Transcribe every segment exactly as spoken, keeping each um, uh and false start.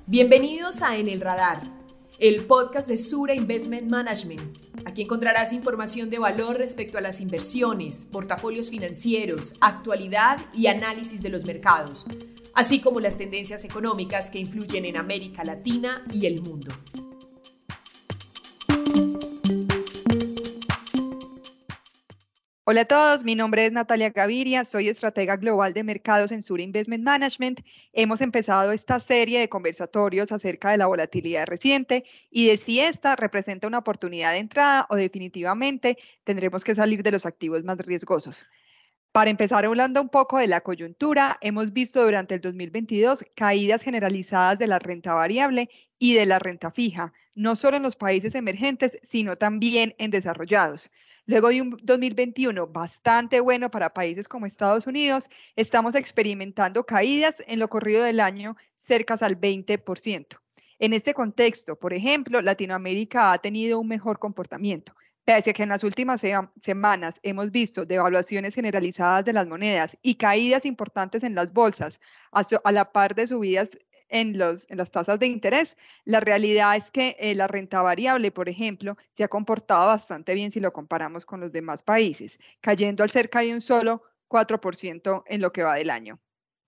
Bienvenidos a En el Radar, el podcast de Sura Investment Management. Aquí encontrarás información de valor respecto a las inversiones, portafolios financieros, actualidad y análisis de los mercados, así como las tendencias económicas que influyen en América Latina y el mundo. Hola a todos, mi nombre es Natalia Gaviria, soy estratega global de mercados en Sura Investment Management. Hemos empezado esta serie de conversatorios acerca de la volatilidad reciente y de si esta representa una oportunidad de entrada o definitivamente tendremos que salir de los activos más riesgosos. Para empezar hablando un poco de la coyuntura, hemos visto durante el dos mil veintidós caídas generalizadas de la renta variable y de la renta fija, no solo en los países emergentes, sino también en desarrollados. Luego de un dos mil veintiuno bastante bueno para países como Estados Unidos, estamos experimentando caídas en lo corrido del año cerca al veinte por ciento. En este contexto, por ejemplo, Latinoamérica ha tenido un mejor comportamiento. Pese a que en las últimas se semanas hemos visto devaluaciones generalizadas de las monedas y caídas importantes en las bolsas, a la par de subidas en, los, en las tasas de interés, la realidad es que eh, la renta variable, por ejemplo, se ha comportado bastante bien si lo comparamos con los demás países, cayendo al cerca de un solo cuatro por ciento en lo que va del año.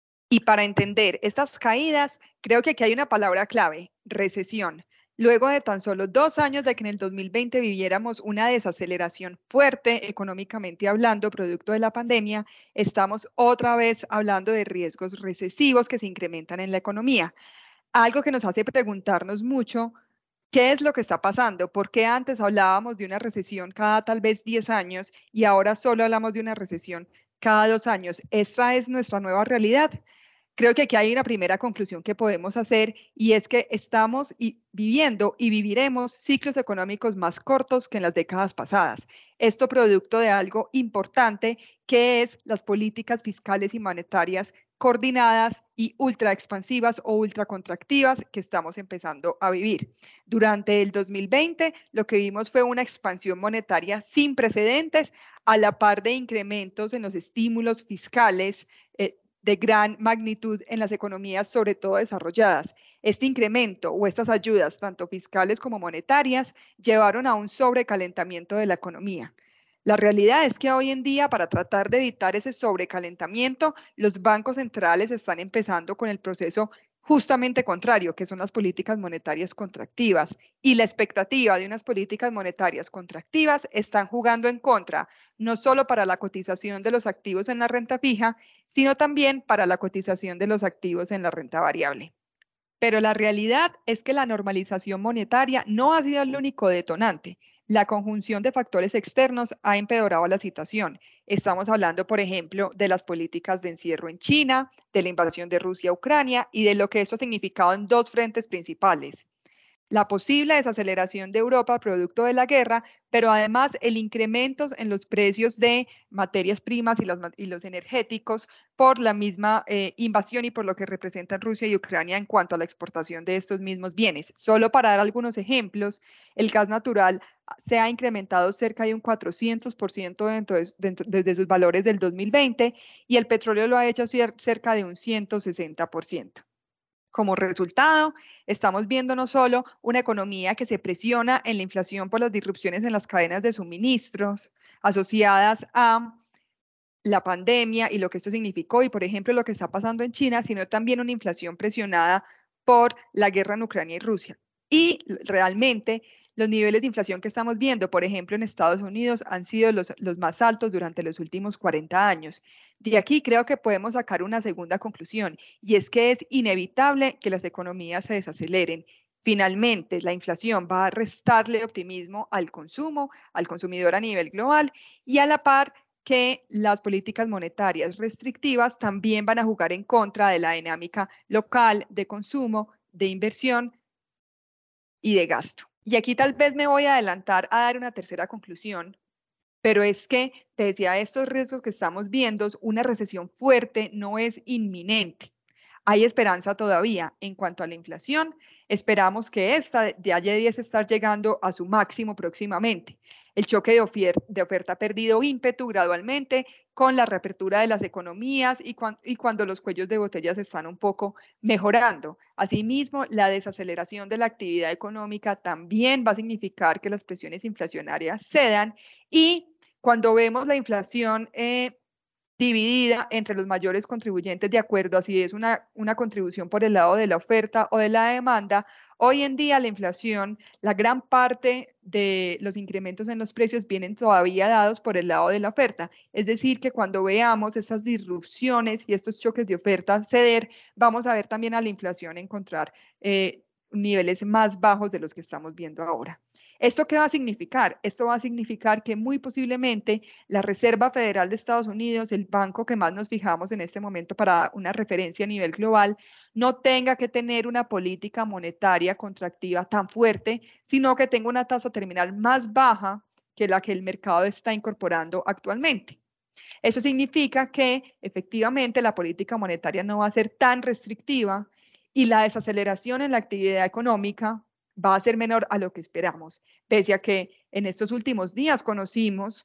Y para entender estas caídas, creo que aquí hay una palabra clave: recesión. Luego de tan solo dos años de que en el dos mil veinte viviéramos una desaceleración fuerte económicamente hablando, producto de la pandemia, estamos otra vez hablando de riesgos recesivos que se incrementan en la economía. Algo que nos hace preguntarnos mucho, ¿qué es lo que está pasando? ¿Por qué antes hablábamos de una recesión cada tal vez diez años y ahora solo hablamos de una recesión cada dos años? ¿Esta es nuestra nueva realidad? Creo que aquí hay una primera conclusión que podemos hacer y es que estamos y viviendo y viviremos ciclos económicos más cortos que en las décadas pasadas. Esto producto de algo importante que es las políticas fiscales y monetarias coordinadas y ultra expansivas o ultra contractivas que estamos empezando a vivir. Durante el dos mil veinte lo que vimos fue una expansión monetaria sin precedentes a la par de incrementos en los estímulos fiscales eh, de gran magnitud en las economías, sobre todo desarrolladas. Este incremento o estas ayudas, tanto fiscales como monetarias, llevaron a un sobrecalentamiento de la economía. La realidad es que hoy en día, para tratar de evitar ese sobrecalentamiento, los bancos centrales están empezando con el proceso justamente contrario, que son las políticas monetarias contractivas. Y la expectativa de unas políticas monetarias contractivas están jugando en contra, no solo para la cotización de los activos en la renta fija, sino también para la cotización de los activos en la renta variable. Pero la realidad es que la normalización monetaria no ha sido el único detonante. La conjunción de factores externos ha empeorado la situación. Estamos hablando, por ejemplo, de las políticas de encierro en China, de la invasión de Rusia a Ucrania y de lo que esto ha significado en dos frentes principales: la posible desaceleración de Europa producto de la guerra, pero además el incremento en los precios de materias primas y, las, y los energéticos por la misma eh, invasión y por lo que representan Rusia y Ucrania en cuanto a la exportación de estos mismos bienes. Solo para dar algunos ejemplos, el gas natural se ha incrementado cerca de un cuatrocientos por ciento dentro de, dentro, desde sus valores del dos mil veinte y el petróleo lo ha hecho cerca de un ciento sesenta por ciento. Como resultado, estamos viendo no solo una economía que se presiona en la inflación por las disrupciones en las cadenas de suministros asociadas a la pandemia y lo que esto significó y, por ejemplo, lo que está pasando en China, sino también una inflación presionada por la guerra en Ucrania y Rusia. Y realmente los niveles de inflación que estamos viendo, por ejemplo, en Estados Unidos, han sido los, los más altos durante los últimos cuarenta años. De aquí creo que podemos sacar una segunda conclusión, y es que es inevitable que las economías se desaceleren. Finalmente, la inflación va a restarle optimismo al consumo, al consumidor a nivel global, y a la par que las políticas monetarias restrictivas también van a jugar en contra de la dinámica local de consumo, de inversión y de gasto. Y aquí tal vez me voy a adelantar a dar una tercera conclusión, pero es que pese a estos riesgos que estamos viendo, una recesión fuerte no es inminente. Hay esperanza todavía. En cuanto a la inflación, esperamos que esta de allá de diez estar llegando a su máximo próximamente. El choque de, ofer- de oferta ha perdido ímpetu gradualmente con la reapertura de las economías y, cuan- y cuando los cuellos de botellas están un poco mejorando. Asimismo, la desaceleración de la actividad económica también va a significar que las presiones inflacionarias cedan y cuando vemos la inflación eh, dividida entre los mayores contribuyentes de acuerdo a si es una, una contribución por el lado de la oferta o de la demanda, hoy en día la inflación, la gran parte de los incrementos en los precios vienen todavía dados por el lado de la oferta. Es decir, que cuando veamos esas disrupciones y estos choques de oferta ceder, vamos a ver también a la inflación encontrar eh, niveles más bajos de los que estamos viendo ahora. ¿Esto qué va a significar? Esto va a significar que muy posiblemente la Reserva Federal de Estados Unidos, el banco que más nos fijamos en este momento para una referencia a nivel global, no tenga que tener una política monetaria contractiva tan fuerte, sino que tenga una tasa terminal más baja que la que el mercado está incorporando actualmente. Eso significa que efectivamente la política monetaria no va a ser tan restrictiva y la desaceleración en la actividad económica va a ser menor a lo que esperamos, pese a que en estos últimos días conocimos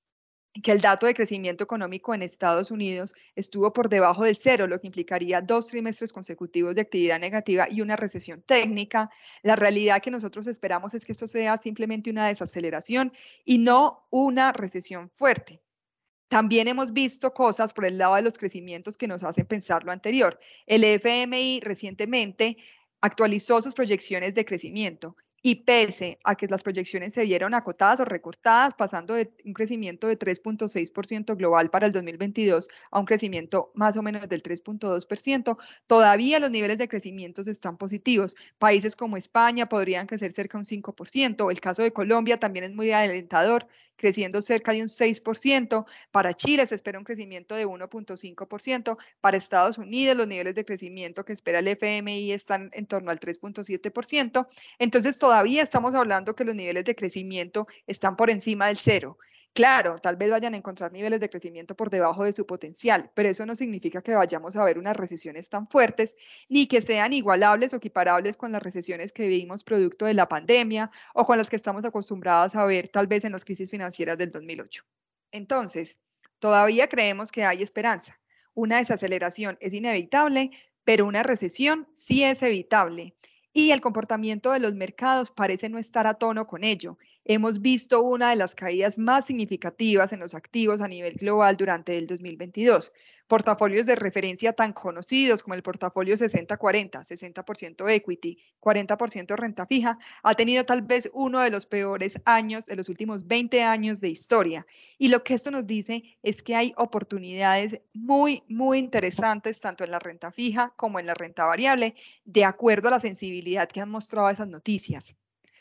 que el dato de crecimiento económico en Estados Unidos estuvo por debajo del cero, lo que implicaría dos trimestres consecutivos de actividad negativa y una recesión técnica. La realidad que nosotros esperamos es que esto sea simplemente una desaceleración y no una recesión fuerte. También hemos visto cosas por el lado de los crecimientos que nos hacen pensar lo anterior. El F M I recientemente actualizó sus proyecciones de crecimiento y pese a que las proyecciones se vieron acotadas o recortadas, pasando de un crecimiento de tres punto seis por ciento global para el dos mil veintidós a un crecimiento más o menos del tres punto dos por ciento, todavía los niveles de crecimiento están positivos. Países como España podrían crecer cerca de un cinco por ciento, el caso de Colombia también es muy alentador, creciendo cerca de un seis por ciento. Para Chile se espera un crecimiento de uno punto cinco por ciento. Para Estados Unidos los niveles de crecimiento que espera el F M I están en torno al tres punto siete por ciento. Entonces todavía estamos hablando que los niveles de crecimiento están por encima del cero. Claro, tal vez vayan a encontrar niveles de crecimiento por debajo de su potencial, pero eso no significa que vayamos a ver unas recesiones tan fuertes, ni que sean igualables o equiparables con las recesiones que vimos producto de la pandemia o con las que estamos acostumbrados a ver tal vez en las crisis financieras del dos mil ocho. Entonces, todavía creemos que hay esperanza. Una desaceleración es inevitable, pero una recesión sí es evitable. Y el comportamiento de los mercados parece no estar a tono con ello. Hemos visto una de las caídas más significativas en los activos a nivel global durante el dos mil veintidós. Portafolios de referencia tan conocidos como el portafolio sesenta cuarenta, sesenta por ciento equity, cuarenta por ciento renta fija, ha tenido tal vez uno de los peores años de los últimos veinte años de historia. Y lo que esto nos dice es que hay oportunidades muy, muy interesantes tanto en la renta fija como en la renta variable, de acuerdo a la sensibilidad que han mostrado esas noticias.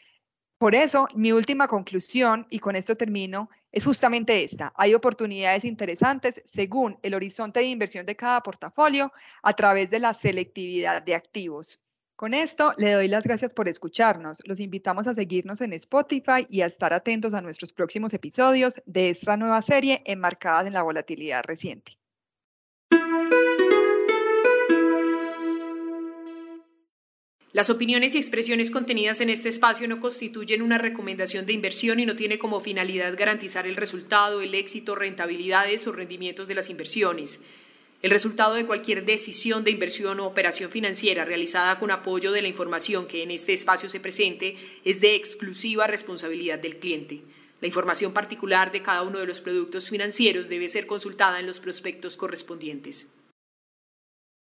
Por eso, mi última conclusión, y con esto termino, es justamente esta. Hay oportunidades interesantes según el horizonte de inversión de cada portafolio a través de la selectividad de activos. Con esto, le doy las gracias por escucharnos. Los invitamos a seguirnos en Spotify y a estar atentos a nuestros próximos episodios de esta nueva serie enmarcada en la volatilidad reciente. Las opiniones y expresiones contenidas en este espacio no constituyen una recomendación de inversión y no tiene como finalidad garantizar el resultado, el éxito, rentabilidades o rendimientos de las inversiones. El resultado de cualquier decisión de inversión o operación financiera realizada con apoyo de la información que en este espacio se presente es de exclusiva responsabilidad del cliente. La información particular de cada uno de los productos financieros debe ser consultada en los prospectos correspondientes.